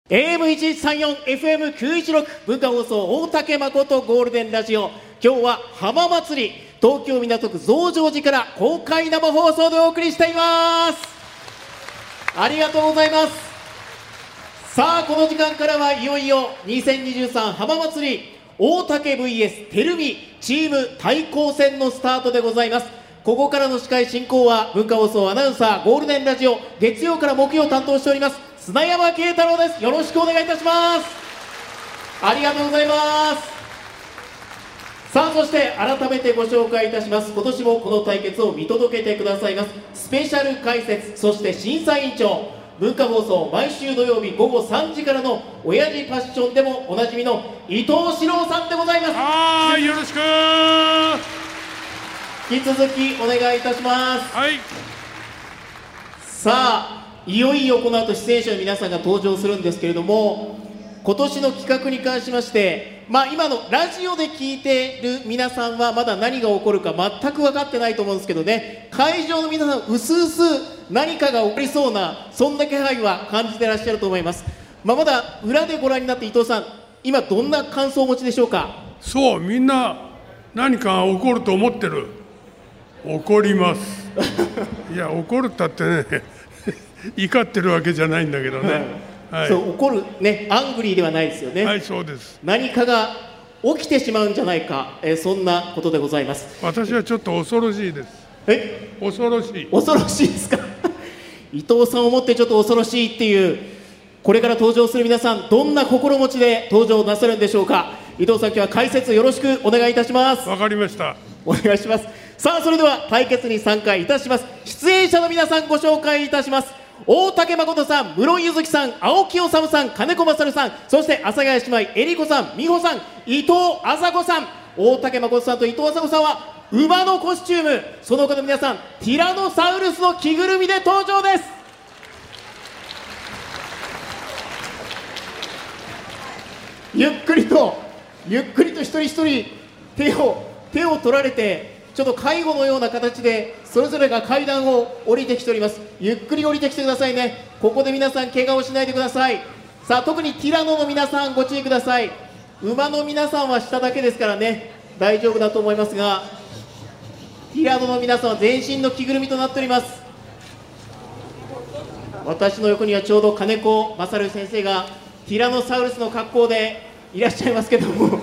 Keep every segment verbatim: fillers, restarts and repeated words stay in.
エーエムせんさんじゅうよん、エフエムきゅうじゅうろく 文化放送大竹誠ゴールデンラジオ。今日は浜祭り、東京港区増上寺から公開生放送でお送りしています。ありがとうございます。さあ、この時間からはいよいよにせんにじゅうさん浜祭り大竹 ブイエス テルミチーム対抗戦のスタートでございます。ここからの司会進行は文化放送アナウンサーゴールデンラジオ月曜から木曜担当しております砂山慶太郎です。よろしくお願いいたします。ありがとうございます。さあ、そして改めてご紹介いたします。今年もこの対決を見届けてくださいますスペシャル解説、そして審査委員長、文化放送毎週土曜日午後さんじからの親父パッションでもおなじみの伊藤史郎さんでございます。 はい、よろしく。 引き続きお願いいたします。 はい。 さあ、いよいよこの後出演者の皆さんが登場するんですけれども、今年の企画に関しまして、まあ、今のラジオで聞いている皆さんはまだ何が起こるか全く分かってないと思うんですけどね、会場の皆さんうすうす何かが起こりそうな、そんな気配は感じてらっしゃると思います。まあ、まだ裏でご覧になって伊藤さん、今どんな感想をお持ちでしょうか。 そう、みんな何かが起こると思ってる。起こりますいや、起こるったってね怒ってるわけじゃないんだけどね、はい、 そう怒るね、アングリーではないですよね。 はい、そうです。 何かが起きてしまうんじゃないか、えー、そんなことでございます。 私はちょっと恐ろしいです。 え、 恐ろしい。 恐ろしいですか伊藤さんをもってちょっと恐ろしいっていう、これから登場する皆さん、どんな心持ちで登場なさるんでしょうか。伊藤さん、今日は解説よろしくお願いいたします。 わかりました。 お願いします。さあ、それでは対決に参加いたします出演者の皆さんご紹介いたします。大竹誠さん、室井ゆずきさん、青木治さん、金子勝さん、そして阿佐ヶ谷姉妹、えりこさん、美穂さん、伊藤麻子さん。大竹誠さんと伊藤麻子さんは馬のコスチューム、その他の皆さん、ティラノサウルスの着ぐるみで登場です。ゆっくりとゆっくりと一人一人手を手を取られて、ちょっと介護のような形でそれぞれが階段を降りてきております。ゆっくり降りてきてくださいね。ここで皆さん怪我をしないでください。さあ、特にティラノの皆さんご注意ください。馬の皆さんは下だけですからね、大丈夫だと思いますが、ティラノの皆さんは全身の着ぐるみとなっております。私の横にはちょうど金子勝先生がティラノサウルスの格好でいらっしゃいますけども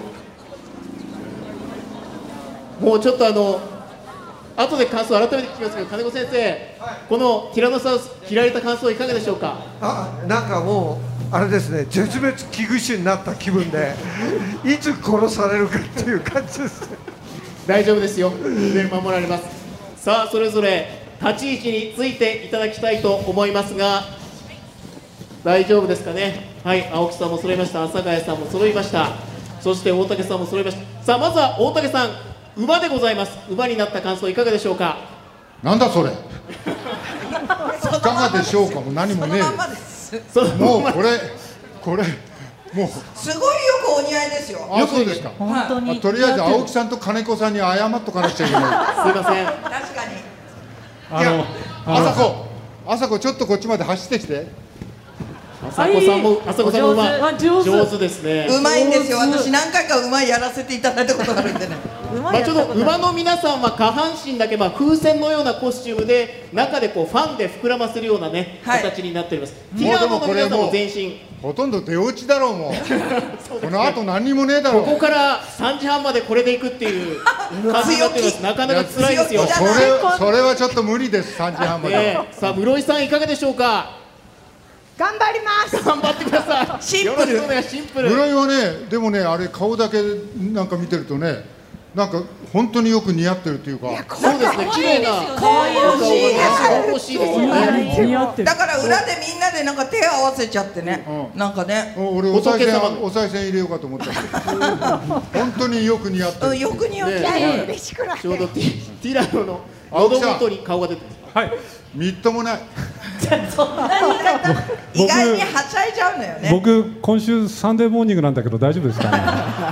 もうちょっとあの後で感想を改めて聞きますけど、金子先生、はい、このティラノサウルス着られた感想いかがでしょうか。 あ、なんかもうあれですね、絶滅危惧種になった気分でいつ殺されるかっていう感じです大丈夫ですよ、全然守られます。さあ、それぞれ立ち位置についていただきたいと思いますが、大丈夫ですかね。はい、青木さんも揃いました、阿佐ヶ谷さんも揃いました、そして大竹さんも揃いました。さあ、まずは大竹さん、馬でございます。馬になった感想いかがでしょうか。 なんだそれいかがでしょうか。もう何もねえ。もうこれこれもうすごいよくお似合いですよ。 あ、そうですか。 本当に。 とりあえず青木さんと金子さんに謝っとかなくちゃいけない。 すいません。 確かに。 あの朝子朝子ちょっとこっちまで走ってきて。 朝子さんも朝子さんも馬上手ですね。 うまいんですよ。私何回か馬やらせていただいたことがあるんでね。 まあちょっと馬の皆さんは下半身だけまあ風船のようなコスチュームで中でこうファンで膨らませるようなね、はい、形になっております。ティラノの皆さんも全身ほとんど出落ちだろうもう。この後何にもねえだろう。 ここからさんじはんまでこれでいくっていう感じになっております。なかなか辛いですよ。 それそれはちょっと無理です。さんじはんまで、 ね、さあ室井さんいかがでしょうか。 頑張ります。 頑張ってください。 シンプル。 よろしくお願いシンプル。 室井はね、でもね、あれ顔だけなんか見てるとね、なんか本当によく似合ってるっていうか。 そうですね、綺麗な可愛らしいですよ。 可愛らしいですよね。 だから裏でみんなでなんか手を合わせちゃってね、うん、なんかね。 俺お賽銭お賽銭入れようかと思ったけど。本当によく似合ってる。 よく似合ってる。 嬉しくなって。 ちょうどティラノの喉元に顔が出てます。 はい。 みっともない。 そんな言い方意外にはしゃいじゃうのよね。 僕今週サンデーモーニングなんだけど大丈夫ですかね。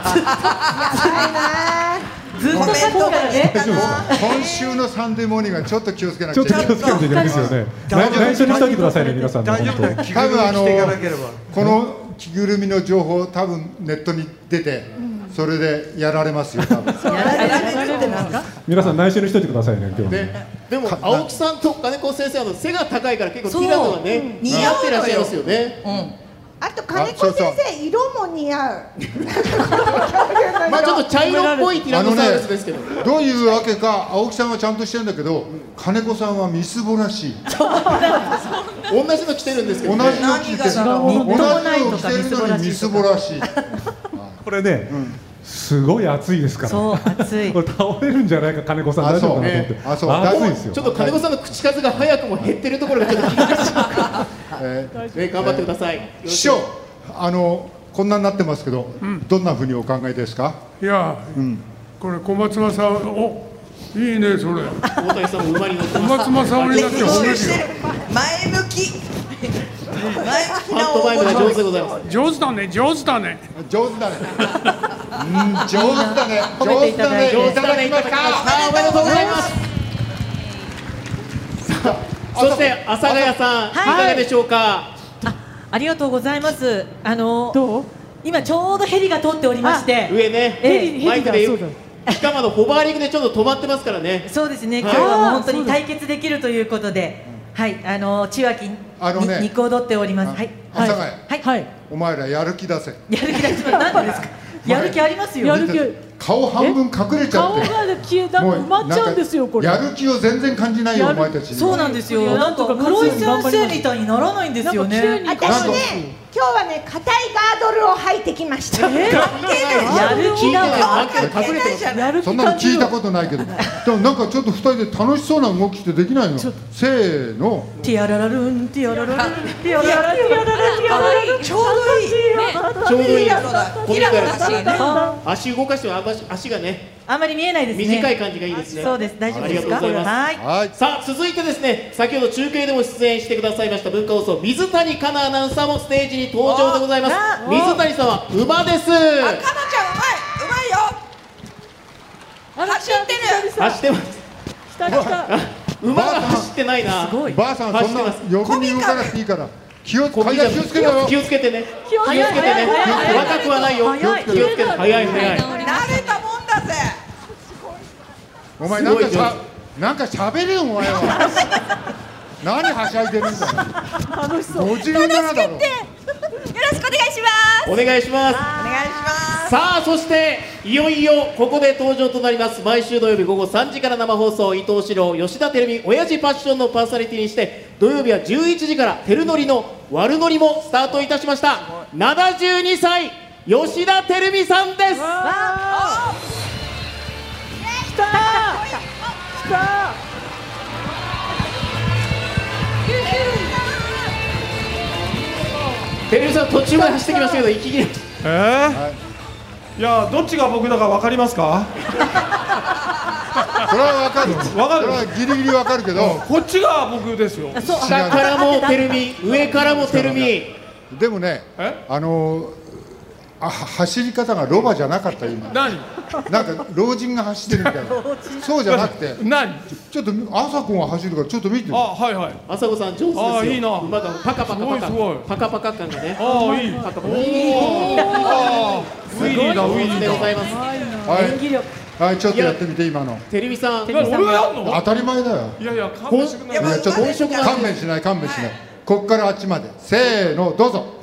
ずっとさっきからね。 今週のサンデーモーニングはちょっと気をつけなくちゃいけない。 ちょっと気をつけているんですよね。内緒にしておいてくださいね皆さん。 大丈夫だよ。 多分あのこの着ぐるみの情報多分ネットに出て、それでやられますよ多分。 やられるってなんか。 皆さん内緒にしといてくださいね今日。 ね、でも青木さんと金子先生は背が高いから結構ティラノがね似似合合うのよってらっしゃいますよね。 あと金子先生色も似合う。 まあちょっと茶色っぽいティラノサウルスですけど、 どういうわけか青木さんはちゃんとしてるんだけど、金子さんはみすぼらしい。 同じの着てるんですけど、 同ね、 じの着てる、同じの着てるのにみすぼらしい。 これね、すごい暑いですから。 そう暑い。 これ倒れるんじゃないか金子さん大丈夫かなと思って。 あそう暑いですよ。 ちょっと金子さんの口数が早くも減ってるところがちょっと気になります。 えね、頑張ってください。 ー師匠、あのこんなになってますけど、どんなふうにお考えですか。 いや、これ小松間さん、おいいねそれ。 大谷さんも馬に乗って小ます。 松間さんになって褒めるよ。 前向き。前向きパなントマイムが上手でございます。 上手だね上手だね。 上手だね。うん上手だね。 褒めていただいて上手だね。いただきます。 あ、おめでとうございます。そして阿佐ヶ谷さん、いかがでしょうか。 ありがとうございます。あの今ちょうどヘリが通っておりまして、 上ね、 ええマイクでしかもあのホバーリングでちょっと止まってますからね。 そうですね。 はい今日はもう本当に対決できるということで、はいあの千秋にあのね肉を踊っております。はい阿佐ヶ谷、 はいお前らやる気出せ。 やる気出します。なんでですか。やる気ありますよ。 やる気顔半分隠れちゃって。 顔が消えた埋まっちゃうんですよこれ。 やる気を全然感じないよお前たちに。 そうなんですよ。 いやなんか室井先生みたいにならないんですよね。 私ね、今日はね硬いガードルを履いてきました。 やる気だわ。 隠れてます。 やる気そんなの聞いたことないけど。でもなんかちょっっとふたりで楽しそうな動きってできないの。せーの。 ティアララルンティアララルンティアララルンティアララルンティアララルン。 ちょうどいい。 ちょうどいい。 ティラノらしいね。 足動かしても足足がね。 あまり見えないですね。 短い感じがいいですね。 そうです。大丈夫ですか。 ありがとうございます。 はい。 さあ続いてですね、先ほど中継でも出演してくださいました文化放送水谷香奈アナウンサーもステージに登場でございます。水谷さんは馬です。 あ、かなちゃんうまい、うまいよ。走ってる。 走ってます。馬が走ってないな。 ばあさんそんな横に動かなくていいから。気を階段気をつけろよ。 気をつけてね。気をつけてね。若くはないよ。気をつけて。早い早い。 慣れたもんだぜ。 お前なんかさなんか喋れよお前は。何はしゃいでるんだよ。 楽しそう。 ごじゅうななだろ。 よろしくお願いします。 お願いします。 お願いします。 さあそしていよいよここで登場となります。毎週土曜日午後さんじから生放送、伊藤四郎吉田照美親父パッションのパーソナリティにして土曜日はじゅういちじからテルノリの悪ノリもスタートいたしました。ななじゅうにさい吉田照美さんです。 来たー。来たー。 照美さん途中まで走ってきましたけど息切れ。 えーいやどっちが僕だか分かりますか。 それはわかる。 わかる。 それはギリギリわかるけど。 こっちが僕ですよ。 下からも照美、上からも照美。 でもね、あのあ走り方がロバじゃなかった今。 何？ なんか老人が走ってるみたいな。そうじゃなくて。 何？ ちょっと朝子が走るからちょっと見て。 あはいはい。 朝子さん上手ですよ。 あいいな。 馬がパカパカパカパカパカ感がね。 あいい。 パカパカ。 おお。ウィリーだウィリーでございます。 はいはいちょっとやってみて今の。 照美さん。 俺がやんの？ 当たり前だよ。 いやいや勘弁してください。 いやちょっと勘弁しない勘弁しない。ここからあっちまで。せーのどうぞ。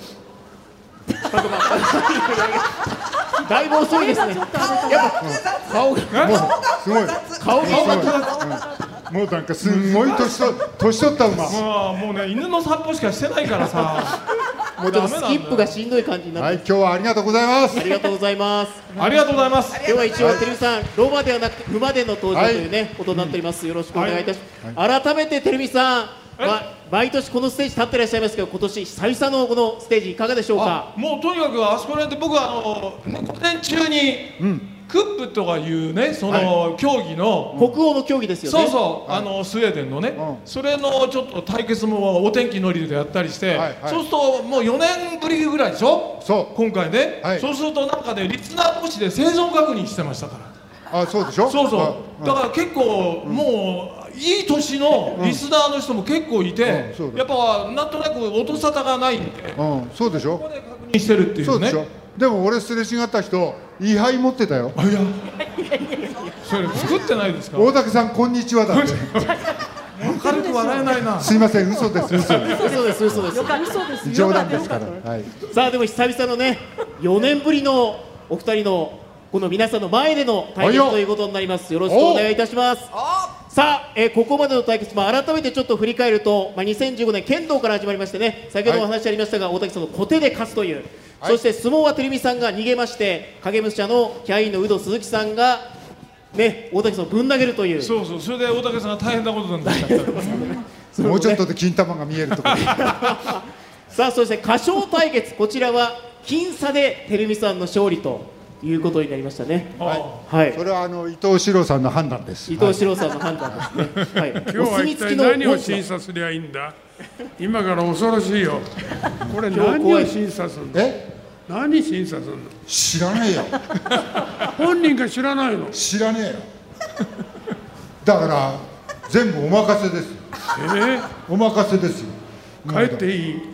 だいぶ遅いですね。やっぱ顔がもうすごい顔がすごい、うん、もうなんかすごい年と年取った馬。 もうもうね犬の散歩しかしてないからさ。 もうちょっとスキップがしんどい感じになって。 はい今日はありがとうございます。 ありがとうございます。 ありがとうございます。 今日は一応照美さんロバではなくて馬での登場というねことになっております。よろしくお願いいたします。改めて照美さん。ま、毎年このステージ立ってらっしゃいますけど今年久々のこのステージいかがでしょうか。 もうとにかくあそこら辺で僕はあの年中に、うん、クップとかいうねその、はい、競技の北欧の競技ですよね。 そうそう、はい、あのスウェーデンのね、うん、それのちょっと対決もお天気のりでやったりして、はいはい、そうするともうよねんぶりぐらいでしょ。そう今回ね、はい、そうするとなんかねリスナー同士で生存確認してましたから。 あそうでしょ。 そうそう、うん、だから結構、うん、もういい年のリスナーの人も結構いて、 うんうん、 やっぱなんとなく音沙汰がないんで、 うん、そうでしょ。 ここで確認してるっていうね。 そうでしょ。でも俺すれ違った人位牌持ってたよ。 あ、いやそれ作ってないですか。 大竹さんこんにちはだって明るく笑えないな。 すいません、嘘です、嘘です、 嘘です、嘘です。 冗談ですから。はい、 さあでも久々のね、よねんぶりのお二人のこの皆さんの前での対決ということになります。よろしくお願いいたします。さあ、えー、ここまでの対決、まあ、改めてちょっと振り返ると、まあ、にせんじゅうごねん剣道から始まりましてね、先ほどお話ありましたが、はい、大竹さんの小手で勝つという、はい、そして相撲は照美さんが逃げまして、影武者のキャインの有働鈴木さんがね、大竹さんをぶん投げるという。 そうそう、それで大竹さんが大変なことになっちゃったもうちょっとで金玉が見えるところさあ、そして歌唱対決、こちらは僅差で照美さんの勝利ということになりましたね。 はい、はい、それはあの伊藤四郎さんの判断です。 伊藤四郎さんの判断ですね。はい、 今日は一体何を審査すりゃいいんだ。今から恐ろしいよ。これ何を審査するの？ え？ 何審査するの？ 知らねえよ。 本人が知らないの？ 知らねえよ。だから全部お任せです。 えー、 お任せですよ。 帰っていい？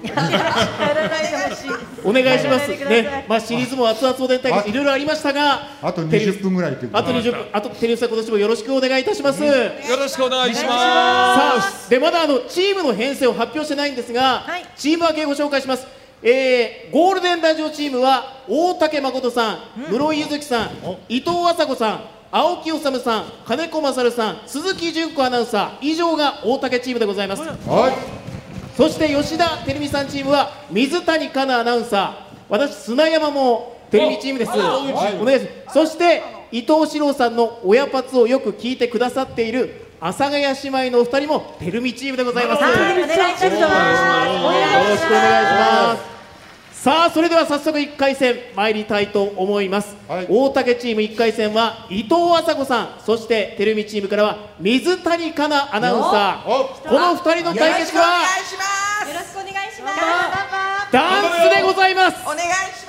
お願いしますね。まあシリーズも熱々おでん対決いろいろありましたが、 あとにじゅっぷんぐらいということで、 あとにじゅっぷん、あと照美さん今年もよろしくお願いいたします。 よろしくお願いします。さあ、でまだあのチームの編成を発表してないんですが、はい、チーム分けご紹介します。えー、ゴールデンラジオチームは大竹誠さん、室井柚希さん、伊藤麻子さん、青木治さん、金子勝さん、鈴木純子アナウンサー、以上が大竹チームでございます。はい。そして吉田照美さんチームは水谷香奈アナウンサー、私砂山も照美チームです。お願いします。そして伊藤四郎さんの親パツをよく聞いてくださっている阿佐ヶ谷姉妹のお二人も照美チームでございます。よろしくお願いします。よろしくお願いします。さあ、それでは早速いっかい戦参りたいと思います。はい、大竹チームいっかい戦は伊藤麻子さん、そして照美チームからは水谷香奈アナウンサー、このふたりの対決はよろしくお願いします。 ダンスでございます。 お願いします。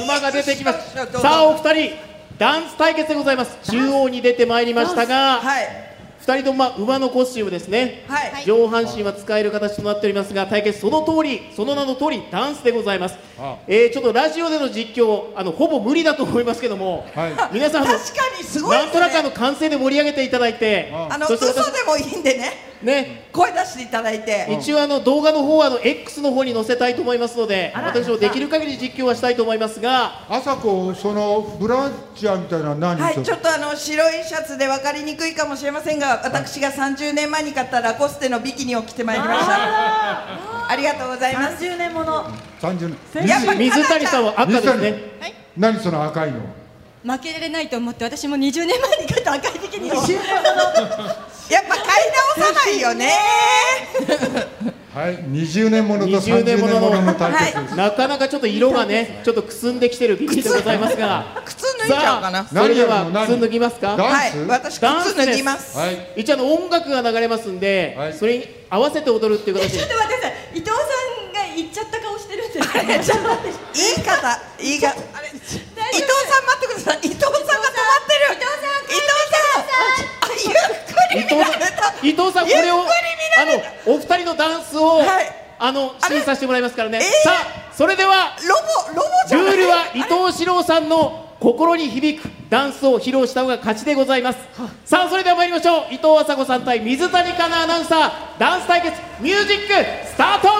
馬が出てきます。さあ、お二人ダンス対決でございます。中央に出てまいりましたが、はい、ふたりとも、まあ、馬のコスチュームですね、はい、上半身は使える形となっておりますが、対決その通り、その名の通りダンスでございます。ああ、えー、ちょっとラジオでの実況あのほぼ無理だと思いますけども、はい、皆さん確かにすごいですね。 なんとなくあの歓声で盛り上げていただいて、 あの嘘でもいいんでね、ね、声出していただいて、 一応あの動画の方はあの X の方に載せたいと思いますので、私もできる限り実況はしたいと思いますが、 朝子、そのブランチャーみたいな何？ はい、ちょっとあの白いシャツで分かりにくいかもしれませんが、私がさんじゅうねんまえに買ったラコステのビキニを着てまいりました。ありがとうございます。 さんじゅうねんもの。 さんじゅうねん。 やっぱ水谷さんは赤ですね。 はい、何その赤いの？ 負けられないと思って私もにじゅうねんまえに買った赤いビキニをやっぱ買い直さないよねはい、にじゅうねんものとさんじゅうねんものの対決です。 なかなかちょっと色がね、ちょっとくすんできてるビキニでございますが、 靴脱いじゃうかな。 それでは靴脱ぎますか？ はい、私靴脱ぎます。 一応あの音楽が流れますんで、それに合わせて踊るっていう形で。 ちょっと待ってください、伊藤さんが言っちゃった顔してるんですけど、 ちょっと待って、言い方、言い方、伊藤さん待ってください。伊藤さんが止まってる。伊藤さん、伊藤さん、ゆっくり見られた。 伊藤さん、これをあのお二人のダンスをあの審査してもらいますからね。さあ、それではロボロボじゃない。 ルールは伊藤四郎さんの心に響くダンスを披露した方が勝ちでございます。さあ、それでは参りましょう。伊藤麻子さん対水谷香奈アナウンサー、ダンス対決ミュージックスタート。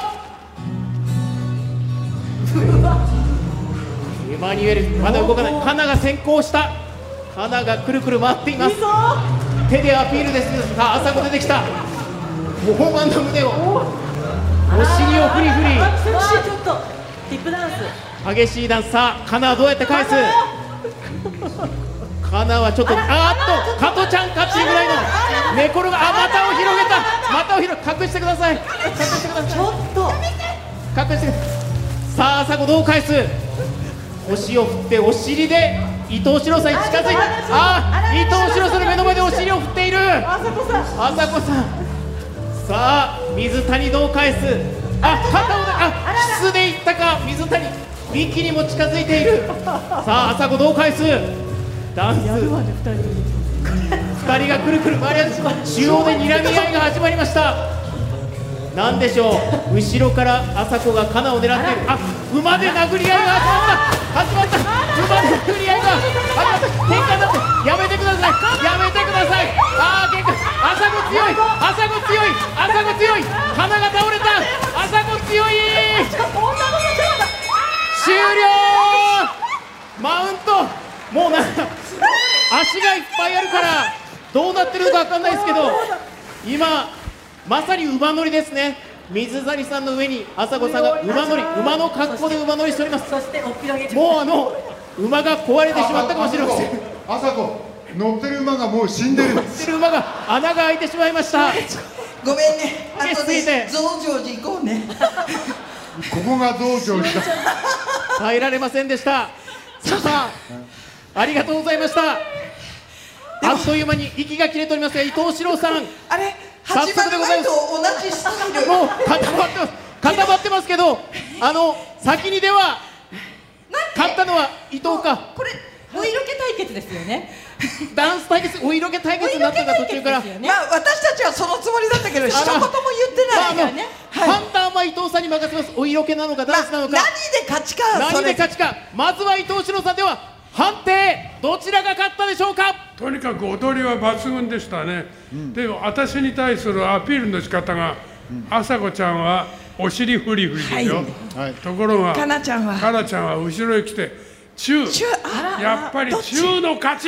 エマニュエルまだ動かない。香奈が先行した。香奈がくるくる回っています。手でアピールです。さあ、麻子出てきた。もう本番の胸を、お尻をフリフリ。 ちょっとティップダンス、 激しいダンス。さあ、香奈はどうやって返す？香奈はちょっと、あーっと加トちゃんかっていうぐらいの寝転が、あ、股を広げた。股を広げ、隠してください。隠してください。 ちょっと隠して。さあ、麻子どう返す？腰を振ってお尻で伊藤四郎さんに近づいて、ああ、伊藤四郎さんの目の前でお尻を振っている麻子さん。麻子さん、さあ水谷どう返す？あ、肩を、あ、キスでいったか。水谷ビキにも近づいている。さあ麻子どう返す？ダンス。 ふたりがくるくる回り合って中央で睨み合いが始まりました。なんでしょう、後ろから朝子がカナを狙っている。あ、馬で殴り合いが始まった始まった馬で殴り合いが始まった。喧嘩になって、やめてくださいやめてください。あー、喧嘩。朝子強い朝子強い朝子強い。カナが倒れた。朝子強い。終了。マウントもうなんか足がいっぱいあるからどうなってるのか分かんないですけど、今まさに馬乗りですね。水谷さんの上に朝子さんが馬乗り、馬の格好で馬乗りしております。 そしておっぴろげもうあの馬が壊れてしまったかもしれません。 朝子乗ってる馬がもう死んでる。 乗ってる馬が穴が開いてしまいました。 ごめんね、あとで増上寺行こうね。 ここが増上寺だ。 耐えられませんでした。さあ、ありがとうございました。あっという間に息が切れておりますが、伊藤四郎さん、 あれ始まる前と同じスタイル。 もう固まってます固まってますけど、あの先にでは勝ったのは伊藤か。 これお色気対決ですよね。 ダンス対決、お色気対決になったか途中から。 まあ私たちはそのつもりだったけど一言も言ってないからね。 判断は伊藤さんに任せます。お色気なのかダンスなのか、 何で勝ちか、 何で勝ちか。まずは伊藤四郎さん、では判定どちらが勝ったでしょうか。 とにかく踊りは抜群でしたね、うん、でも私に対するアピールの仕方が、うん、朝子ちゃんはお尻フリフリでしょ、はい、ところがかなちゃんはかなちゃんは後ろへ来て中、やっぱり中の勝ち。水谷かな勝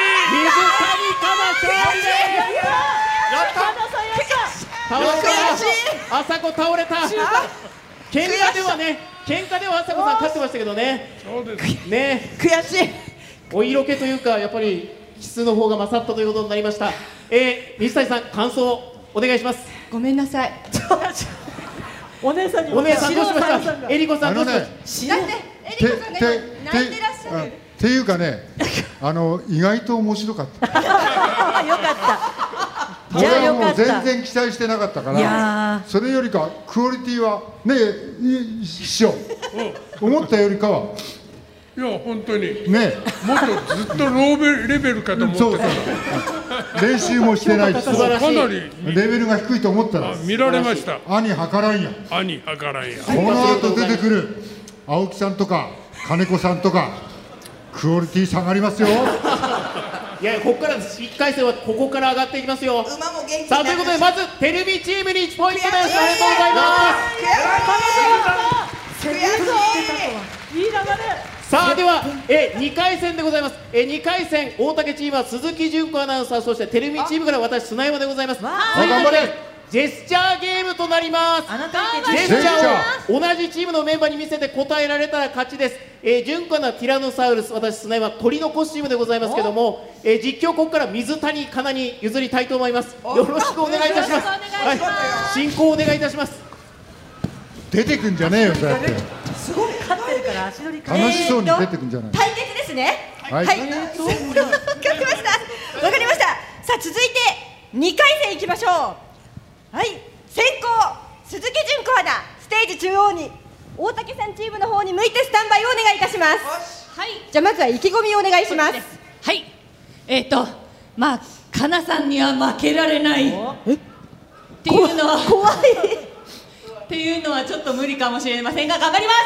利です。 やった倒れた。朝子倒れた。喧嘩ではね、喧嘩では朝子さん勝ってましたけどね。 そうですね。 悔しい。 お色気というかやっぱり質の方が勝ったということになりました。えー、水谷さん感想お願いします。 ごめんなさい。 お姉さんにお姉さんどうしました。えりこさんどうしました。 だってえりこさんが今泣いてらっしゃる。 っていうかね、あの意外と面白かった。 よかった。 俺はもう全然期待してなかったから、それよりかクオリティはねえ師匠思ったよりかは。 いや本当にね、 もっとずっとローレベルかと思ってた。練習もしてないし、 かなりレベルが低いと思ったら見られました。 兄はからんや。 兄はからんや。 この後出てくる青木さんとか金子さんとかクオリティ下がりますよ。 いや、ここからいっかい戦はここから上がっていきますよ。 馬も元気。 さあということでまずテレビチームにいちポイントです。おめでとうございます。 悔しい。 いい流れ。 さあではえにかい戦でございます。えにかい戦大竹チームは鈴木純子アナウンサー、そしてテレビチームから私砂山でございます。 頑張れ。 ジェスチャーゲームとなります。ジェスチャーを同じチームのメンバーに見せて答えられたら勝ちです。えー、純子アナはティラノサウルス、私砂山は鳥のコスチュームでございますけども、えー、実況ここから水谷かなに譲りたいと思います。よろしくお願いいたします。はい、進行お願いいたします。 出てくんじゃねえよ、そうやって。 すごい勝ってるから足取り楽しそうに出てくんじゃない。 対決ですね。 はい。 はい。わかりました。わかりました。さあ続いてにかい戦いきましょう。はい。先攻鈴木純子アナ、ステージ中央に大竹さんチームの方に向いてスタンバイをお願いいたします。はい。じゃあまずは意気込みをお願いします。 はい。えっとまあかなさんには負けられないっていうのは怖い。 っていうのはちょっと無理かもしれませんが頑張ります。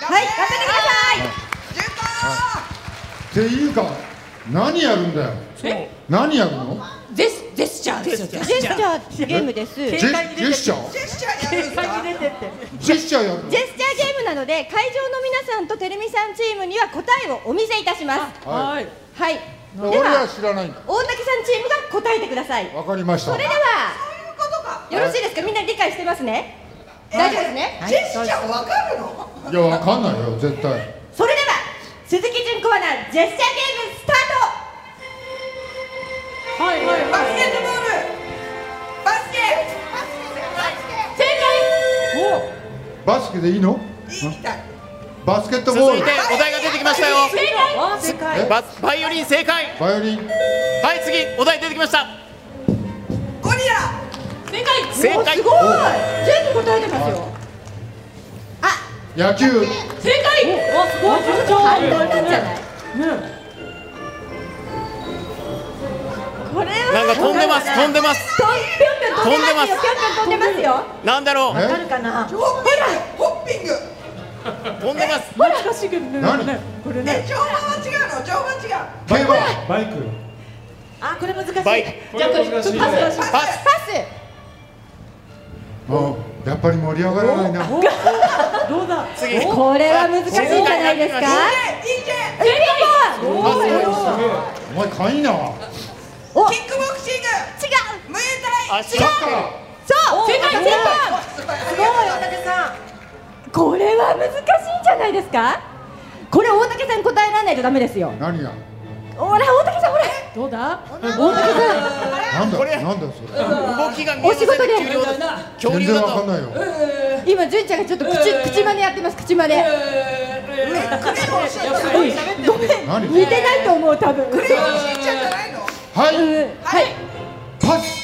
はい、頑張ってくださってい。 いうか何やるんだよ。何やるの？ ジェスジェスチャーですよ。 ジェスチャーゲームです。 ジェジェスチャー？ ジェスチャーやるんですか？ ジェスチャーやるの？ ジェスチャーゲームなので会場の皆さんとテレビさんチームには答えをお見せいたします。 はい。 はい。 俺は知らないんだ。 大竹さんチームが答えてください。 わかりました。 それではよろしいですか？みんな理解してますね？大丈夫ですね。 ジェスチャーわかるの？ いや、わかんないよ、絶対。 それでは鈴木純子アナジェスチャーゲームスタート。 はいはいはい。 バスケットボール。バスケ。 正解。 バスケでいいの？ いいみたい。 バスケットボール。 続いてお題が出てきましたよ。 正解。 ババイオリン正解。 バイオリン。 はい、次お題出てきました。 ゴリラ。 正解。 正解。 すごい。全部答えてますよ。 野球。 正解。 お、すごい順調。 簡単なんじゃない？ これはなんか飛んでます飛んでますとぴょんぴょん飛んでますよぴょんぴょん飛んでますよ。 なんだろう。 わかるかな。 ホッピングホッピング飛んでます。 難しいけどね。 何これね。 乗馬は違うの乗馬違う競馬バイク。 あ、これ難しい。 バイク。 じゃあこれちょっとパスパス。 パス。 あやっぱり盛り上がらないな。 どうだ。 次。 これは難しいんじゃないですか。 いいじおお。 お前かいな。 お、 キックボクシング違う。 ムエタイあ、違う。 そう。正解正解。すごい大竹さん。これは難しいんじゃないですか。これ大竹さん答えられないとダメですよ。 何が。 ほら大竹さんほら。 どうだ。 大竹さん。 なんだこれなんだそれ。 動きが見えません。 お仕事で恐竜だ。恐全然竜だと。 わかんないよ。 今純ちゃんがちょっと口口までやってます口まで。ごめん。 何。 似てないと思う多分。 クレヨンしんちゃんじゃないのはい。 はい。 パス。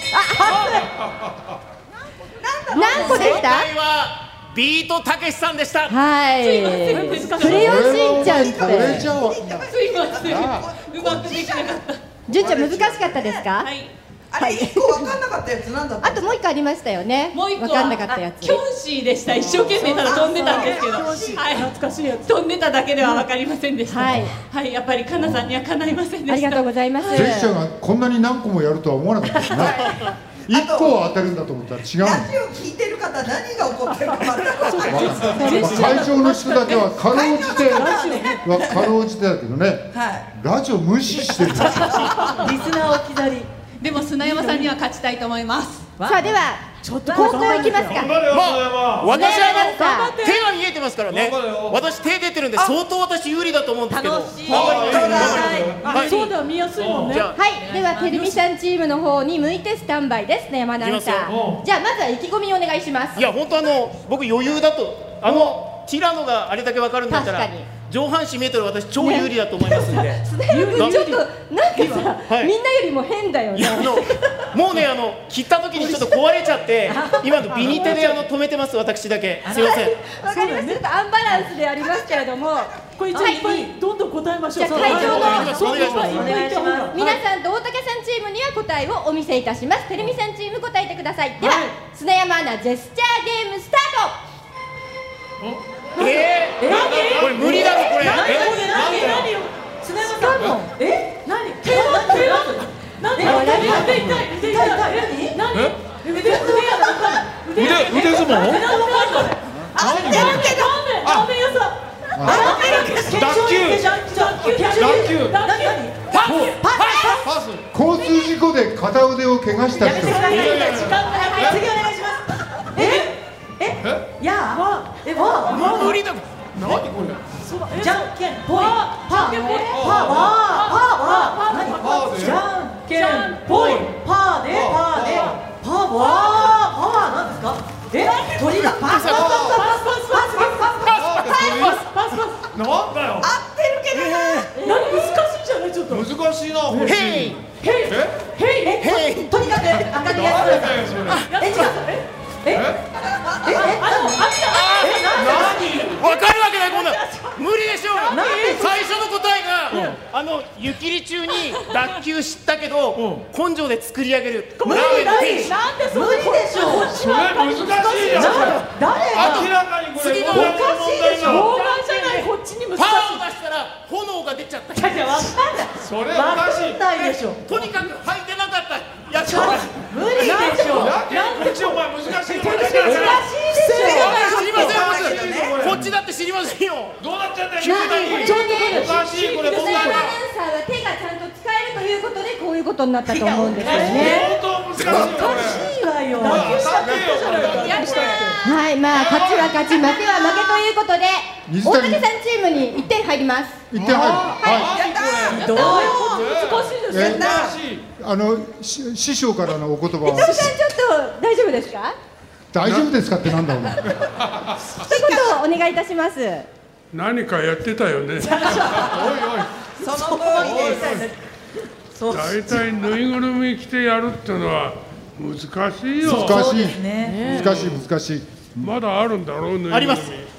何個でした？ 正解はビートたけしさんでした。 はい。クレヨンしんちゃんって。 これじゃあ。 すいませんうまくできなかった純ちゃん難しかったですか？ はいあれ一個分かんなかったやつなんだったあともう一個ありましたよね。 もう一個分かんなかったやつ。 キョンシーでした一生懸命ただ飛んでたんですけどはい懐かしいやつ。 飛んでただけでは分かりませんでしたはいはいやっぱりかなさんにはかないませんでしたありがとうございます。 ジェスチャーがこんなに何個もやるとは思わなかったですね。一個は当たるんだと思ったら違うの。 ラジオ聞いてる方何が起こってるか全く分かんない会場の人だけはかろうじてはかろうじてだけどね。ラジオ無視してる。 リスナー置き去りでも砂山さんには勝ちたいと思いますさあではちょっと高校行きますか。 まあ私砂山はさん手が見えてますからね。私手出てるんで相当私有利だと思うんですけど。 楽しいはい。 そうだ見やすいもんね。 じゃあはい、ではてるみさんチームの方に向いてスタンバイですね、山田アナウンサいきますー。じゃあまずは意気込みお願いします。 いや本当あの僕余裕だとあのティラノがあれだけわかるんだったら確かに上半身見えたら私超有利だと思いますんで。 砂山君ちょっとなんかさ、 はいみんなよりも変だよね。 いやあのもうねあの切った時にちょっと壊れちゃって今のビニ手であの止めてます私だけすいません。 わかります。ちょっとアンバランスでありますけれども、 これじゃあいっぱいどんどん答えましょう。 じゃあ会場のお願いしますお願いしますお願いします。 皆さんと大竹さんチームには答えをお見せいたします。てるみさんチーム答えてください。では、 はい砂山アナジェスチャーゲームスタート。 えー、これ無理だろこれ。 何これ何何よ。砂山さん。え何？手は手は何？ え腕痛い腕痛い何？何？腕腕や腕腕相撲何？何？あ、でもけど。ラーメン屋さん。ラーメン屋さん。 脱臼脱臼脱臼脱臼パスパス交通事故で片腕を怪我した人。 時間がない。次お願いします。え？え？やあ。え、わ。 無理だ。 何これじゃんけんぽい。パー。パー。パー。何？ パーでじゃんけんぽい。パーでパーでパー。わあ。パーなんですか？え？鳥がパスパスパスパスパスパスパスパスパスパス。 なんだよ合ってるけどな何難しいじゃないちょっと。 難しいなこれヘイへいへいへい。とにかく赤でやってください。え違う。え？え？え？あのあきた。え？何？ わかるわけないこんな無理でしょう。最初の答えがあの湯切り中に脱臼したけど根性で作り上げるラーメンの店主。 なんでそれ無理でしょ。 それ難しいじゃん誰？ 明らかにこれ次の問題の問題なの老眼じゃないこっちに難しい。 パーを出したら炎が出ちゃった。 いやわかんない。 それおかしいわかんないでしょ。 とにかく履いてなかったやつが無理でしょ。 だけどこっちお前難しいの難しいでしょ。 知りませんこっちだって知りませんよ。 どうなっちゃったんちょっとおかしいこれ問題砂山アナウンだサーは手がちゃんと使えるということでこういうことになったと思うんですよね。 相当難しいよこれいいわよ。 おい当たってよこれはい、まあ勝ちは勝ち、負けは負けということで、 水谷大竹さんチームにいってん入ります。 一点入る。はやったーどういうこと難しいですえね。 難しいい。あのし師匠からのお言葉伊藤さんはちょっと大丈夫ですか？ 大丈夫ですかってなんだお前。 一言お願いいたします。 何かやってたよね。 その通りです大体ぬいぐるみ着てやるってのは難しいよ。 難しいね。 難しい難しい。 まだあるんだろうぬいぐるみ。 あります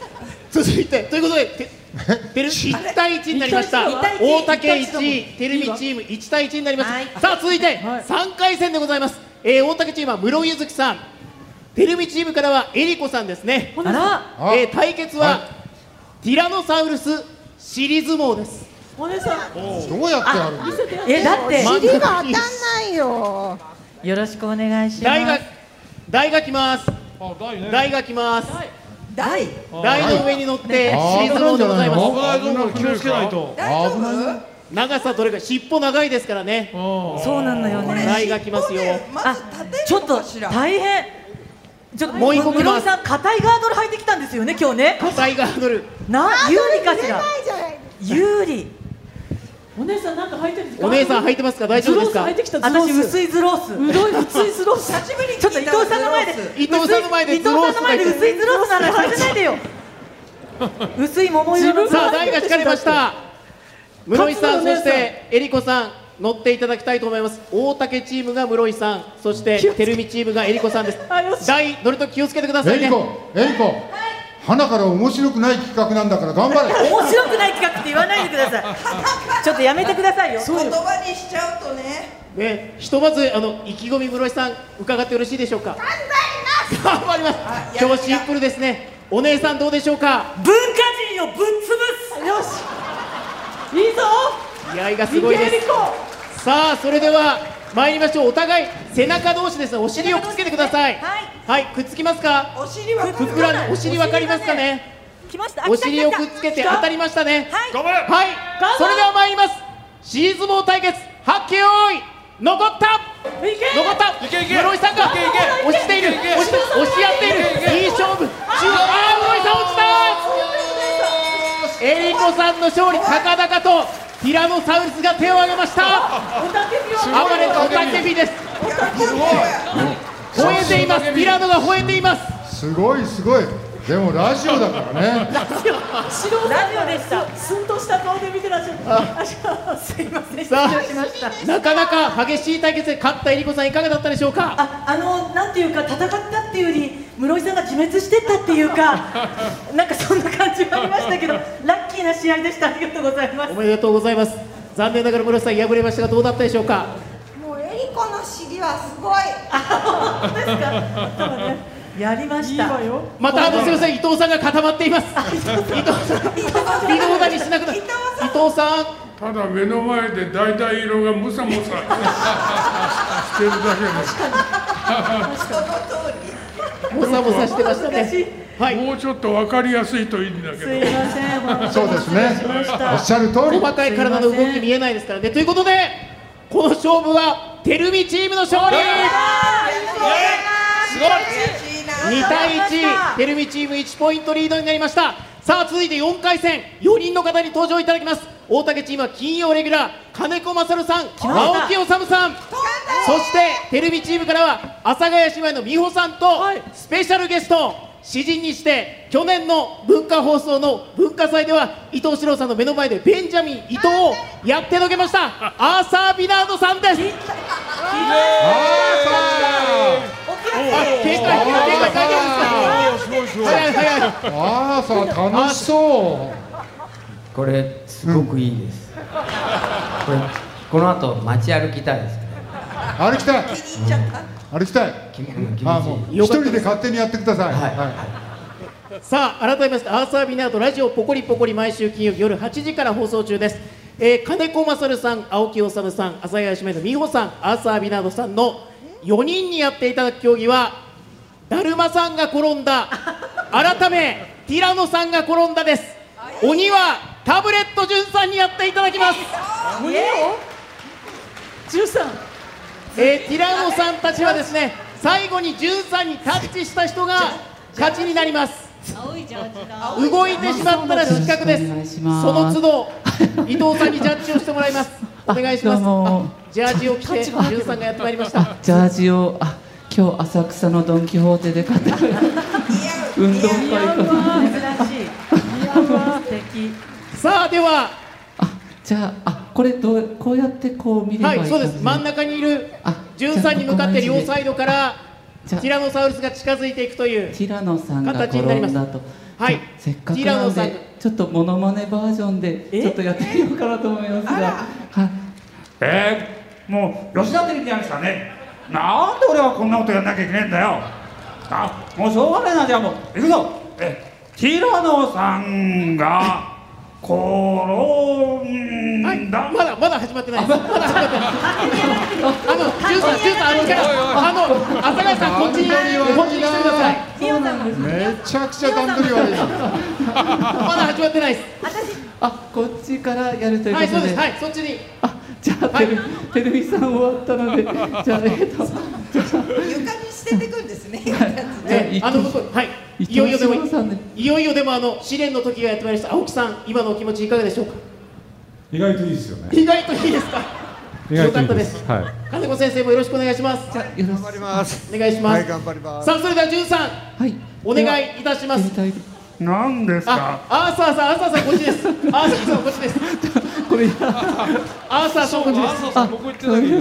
続いてということでててるいち対いちになりました。大竹いち、てるみチームいち対いちになります。さあ続いてさんかい戦でございます。えー、大竹チームは室井ゆずきさん、てるみチームからはえりこさんですね。 あら、 えー、対決は、はい、ティラノサウルス尻相撲です。 お姉さんどうやってやるんですか。 え、だって尻が当たんないよ。 よろしくお願いします。 台が台が来ます。台が来ます。 台台の上に乗って尻相撲でございます。 危ないぞ、これ気をつけないと。 大丈夫？ 長さどれか、尻尾長いですからね。 そうなんだよね。 台が来ますよ。 まず立てちょっと大変。ちょっともう一個来ます。 さん硬いガードル履いてきたんですよね今日ね。 硬いガードル。 な有利かしら。有利。お姉さんなんか履いてるんですか。 お姉さん履いてますか。大丈夫ですか。 私薄いズロース。薄いズロース。 久しぶりにちょっと伊藤さんの前で。 伊藤さんの前で伊藤さんの前で薄いズロースなら履いてないでよ。薄い桃色の。 さあ台が敷かれました。室井さん、そしてえりこさん乗っていただきたいと思います。大竹チームが室井さん、そしててるみチームがえりこさんです。台乗ると気をつけてくださいね。 えりこ、えりこ、花から面白くない企画なんだから頑張れ。 面白くない企画って言わないでください。ちょっとやめてくださいよ。 言葉にしちゃうとね。 ね、ひとまずあの意気込み室井さん伺ってよろしいでしょうか。頑張ります。頑張ります。今日はシンプルですね。お姉さんどうでしょうか。 文化人をぶっ潰す。よし。いいぞ。 気合がすごいです。さあそれでは参りましょう。お互い背中同士ですね。お尻をくっつけてください。はい、はい、くっつきますか。 お尻はふくらお尻わかりますかね。 来ました。 お尻をくっつけて当たりましたね。 はい、 頑張れ。 はい、それでは参ります。尻相撲対決発揮用意。残った残った室井さんが押している、押し押し合っている。いい勝負。ああ室井さん落ちた。えりこさんの勝利。高々とティラノサウルスが手を挙げました。暴れた雄たけびです。吠えています。ティラノが吠えています。 すごいすごい。でもラジオだからね。 ラジオでした。スンとした顔で見てらっしゃる。すいません。失礼しました。 なかなか激しい対決で勝ったえりこさんいかがだったでしょうか。 あ、あのなんていうか戦ったっていうより室井さんが自滅してったっていうか、なんかそんな感じがありましたけど、ラッキーな試合でした。ありがとうございます。 おめでとうございます。残念ながら室井さん敗れましたがどうだったでしょうか。 もうえりこの尻はすごい。 あ、本当ですか。頭ね。やりました。 またあのすみません、伊藤さんが固まっています。伊藤さん、微動だにしなくなる。伊藤さん。 ただ目の前で橙色がムサムサしてるだけで。ムサムサしてましたね。 はい。もうちょっとわかりやすいといいんだけど。 すいません。 そうですね。おっしゃる通り。 細かい体の動き見えないですからね。ということでこの勝負はてるみチームの勝利。 すごい。 にたいいち、てるみチームいちポイントリードになりました。さあ続いてよんかい戦、よにんの方に登場いただきます。大竹チームは金曜レギュラー金子勝さん、青木治さん、そしててるみチームからは阿佐ヶ谷姉妹の美穂さんとスペシャルゲスト詩人にして去年の文化放送の文化祭では伊藤四郎さんの目の前でベンジャミン伊藤をやってのけましたアーサー・ビナードさんです。警戒警戒大丈夫ですか。早い早い。 ああさ楽しそう。 これすごくいいです。これこの後街歩きたいです。 歩きたい。歩きたい。あもう一人で勝手にやってください。 さあ改めましてアーサー・ビナードラジオポコリポコリ毎週金曜日夜はちじから放送中です。えー、金子勝さん、青木治さん、阿佐ヶ谷姉妹の美穂さん、アーサー・ビナードさんのよにんにやっていただく競技はだるまさんが転んだ改めティラノさんが転んだです。鬼はタブレットじゅんさんにやっていただきます。 鬼をじゅんさん、 えー、ティラノさんたちはですね最後にじゅんさんにタッチした人が勝ちになります。動いてしまったら失格です。その都度伊藤さんにジャッジをしてもらいます。お願いします。ジャージを着てじゅんさんがやってまいりました。 ジャージをあ今日浅草のドン・キホーテで買った運動会か珍しい。素敵。 さあではあじゃああこれどうこうやってこう見ればいいか。 はいそうです。真ん中にいるじゅんさんに向かって両サイドからティラノサウルスが近づいていくというティラノさんが転んだとはいせっかくなんでちょっとモノマネバージョンでちょっとやってみようかなと思いますが、 えー、もう吉田テレビなんですかね。なんで俺はこんなことやんなきゃいけないんだよ。あ、もうしょうがないな。じゃあもう行くぞ。え、ティラノさんが転んだ。 まだまだ始まってないです。まだ始まってない。あのジューさんジューさんあのあの阿佐ヶ谷さんこっちにこっちに来てください。 めちゃくちゃ段取り悪いな。 まだ始まってないです。 あ、こっちからやるということで。 はい、そうです。はい、そっちに。 あ、じゃあてるてるみさん終わったので、じゃあえっと床に捨ててくんですね。 え、あの僕はいいよいよでもいよいよでもあの試練の時がやってまいりました。青木さん今のお気持ちいかがでしょうか。 意外といいですよね。 意外といいですか。よかったです。 はい。 金子先生もよろしくお願いします。 じゃあ頑張ります。 お願いします。 はい、頑張ります。 さあそれではじゅんさん、はい、お願いいたします。 何ですか。 あ、アーサーさん、アーサーさんこっちです。アーサーさんこっちです。 これアーサーさんこっちです。 アーサーさん僕言ってたけど。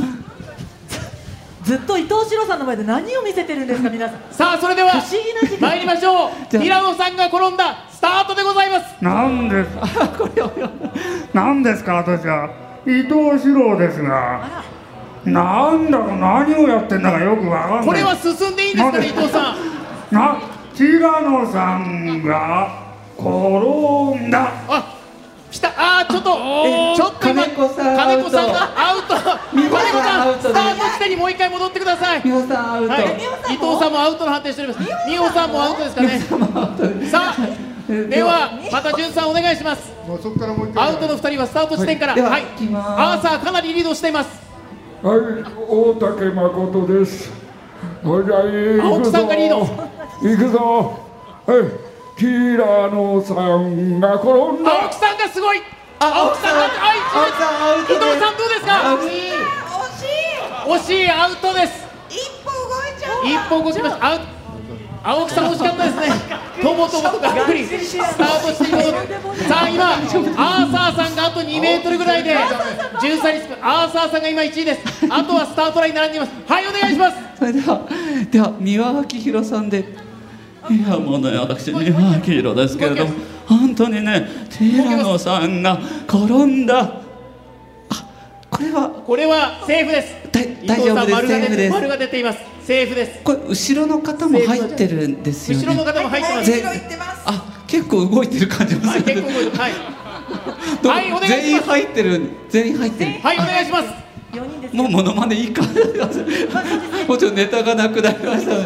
ずっと伊藤四郎さんの前で何を見せてるんですか皆さん。 さあそれでは参りましょう。ティラノさんが転んだスタートでございます。 何ですか。何ですか。私は伊藤四郎ですが。なんだろう、何をやってんだかよくわかんない。 これは進んでいいんですかね、伊藤さん。 な、ティラノさんが転んだ。 あ、来た。あー、ちょっとちょっと今金子さんがアウト。金子さんスタート地点にもう一回戻ってください。 美穂さんアウト。 はい、伊藤さんもアウトの判定しております。美穂さんもアウトですかね。さあではまたじゅんさんお願いします。 もうそこからもう一回アウトのふたりはスタート地点から。はい、アーサーかなりリードしています。 はい、大竹誠です。 青木さんがリード。 行くぞ。はい、ティラノさんが転んだ。 青木さんがすごい。青木さんが、はい、伊藤さんどうですか。惜しい。惜しい、アウトです。 一歩動いちゃう。 一歩動きました。アウト。青木さん惜しかったですね。とぼとぼとがっくりスタートしている。さあ今アーサーさんがあとにメートルぐらいでじゅんさんにつく。アーサーさんが今いちいです。あとはスタートラインに並んでいます。はい、お願いします。 それではでは三輪明宏さんで。いやもうね、私三輪明宏ですけれども、本当にね、ティラノさんが転んだ。あ、これはこれはセーフです。 大丈夫です。セーフです。 丸が出ています。セーフです。 これ後ろの方も入ってるんですよね。 後ろの方も入ってます。 あ、結構動いてる感じもする。 結構動いてる。はい。はい、お願いします。 全員入ってる。全員入ってる。 はい、お願いします。 もうモノマネいいか。もうちょっとネタがなくなりました。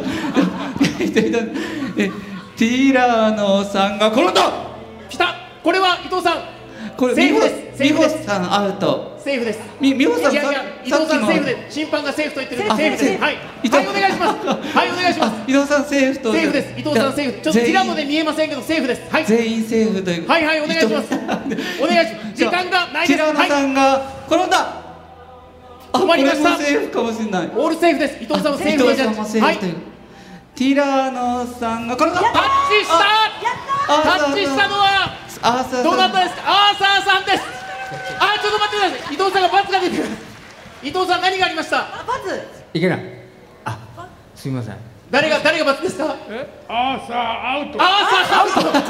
え、ティラノさんが転んだ。 来た。これは伊藤さん。 これセーフです。 美穂さんアウト。 セーフです。 み美穂さん、 いやいや、伊藤さんセーフで、審判がセーフと言ってるんでセーフです。はい。はい、お願いします。はい、お願いします。 伊藤さんセーフと。 セーフです。伊藤さんセーフ。ちょっとティラノで見えませんけどセーフです。はい。 全員セーフという。 はいはい、お願いします。お願いします。時間がないです。 ティラノさんが転んだ。 止まりました。 セーフかもしれない。 オールセーフです。伊藤さんもセーフで。はい。 ティラノさんが転んだ。 タッチした。タッチしたのはどなたですか。アーサーさんです。あ、ちょっと待ってください。伊藤さんが罰が出てる。伊藤さん何がありました。 罰。 いけない。あ、すみません。 誰が誰が罰ですか。 え、アーサーアウト。 アーサーアウト。アーサーアウト。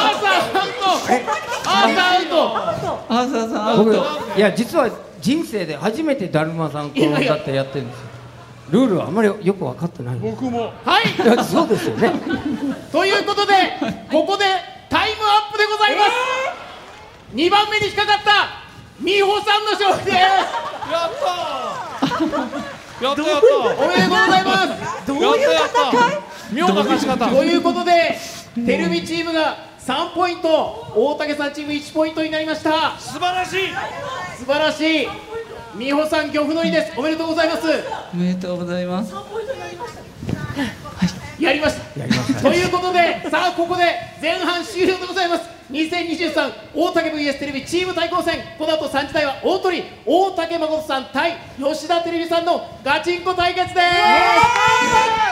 アーサーアウト。 アーサーさんアウト。 僕、いや実は人生で初めてだるまさん転んだってやってるんですよ。ルールはあまりよく分かってない。 僕も。 はい。 そうですよね。 ということでここでタイムアップでございます。にばんめに引っかかった美穂さんの勝利です。 やったー。やったやった。 おめでとうございます。 どういう戦い。 妙な勝ち方。 ということでテルミチームがさんポイント、大竹さんチームいちポイントになりました。 素晴らしい。 素晴らしい。美穂さん漁夫の利です。おめでとうございます。 おめでとうございます。 やりました。やりました。ということで、さあここで前半終了でございます。にせんにじゅうさん大竹 ブイエス テレビチーム対抗戦。この後さんじ台は大鳥大竹誠さん対吉田テレビさんのガチンコ対決です。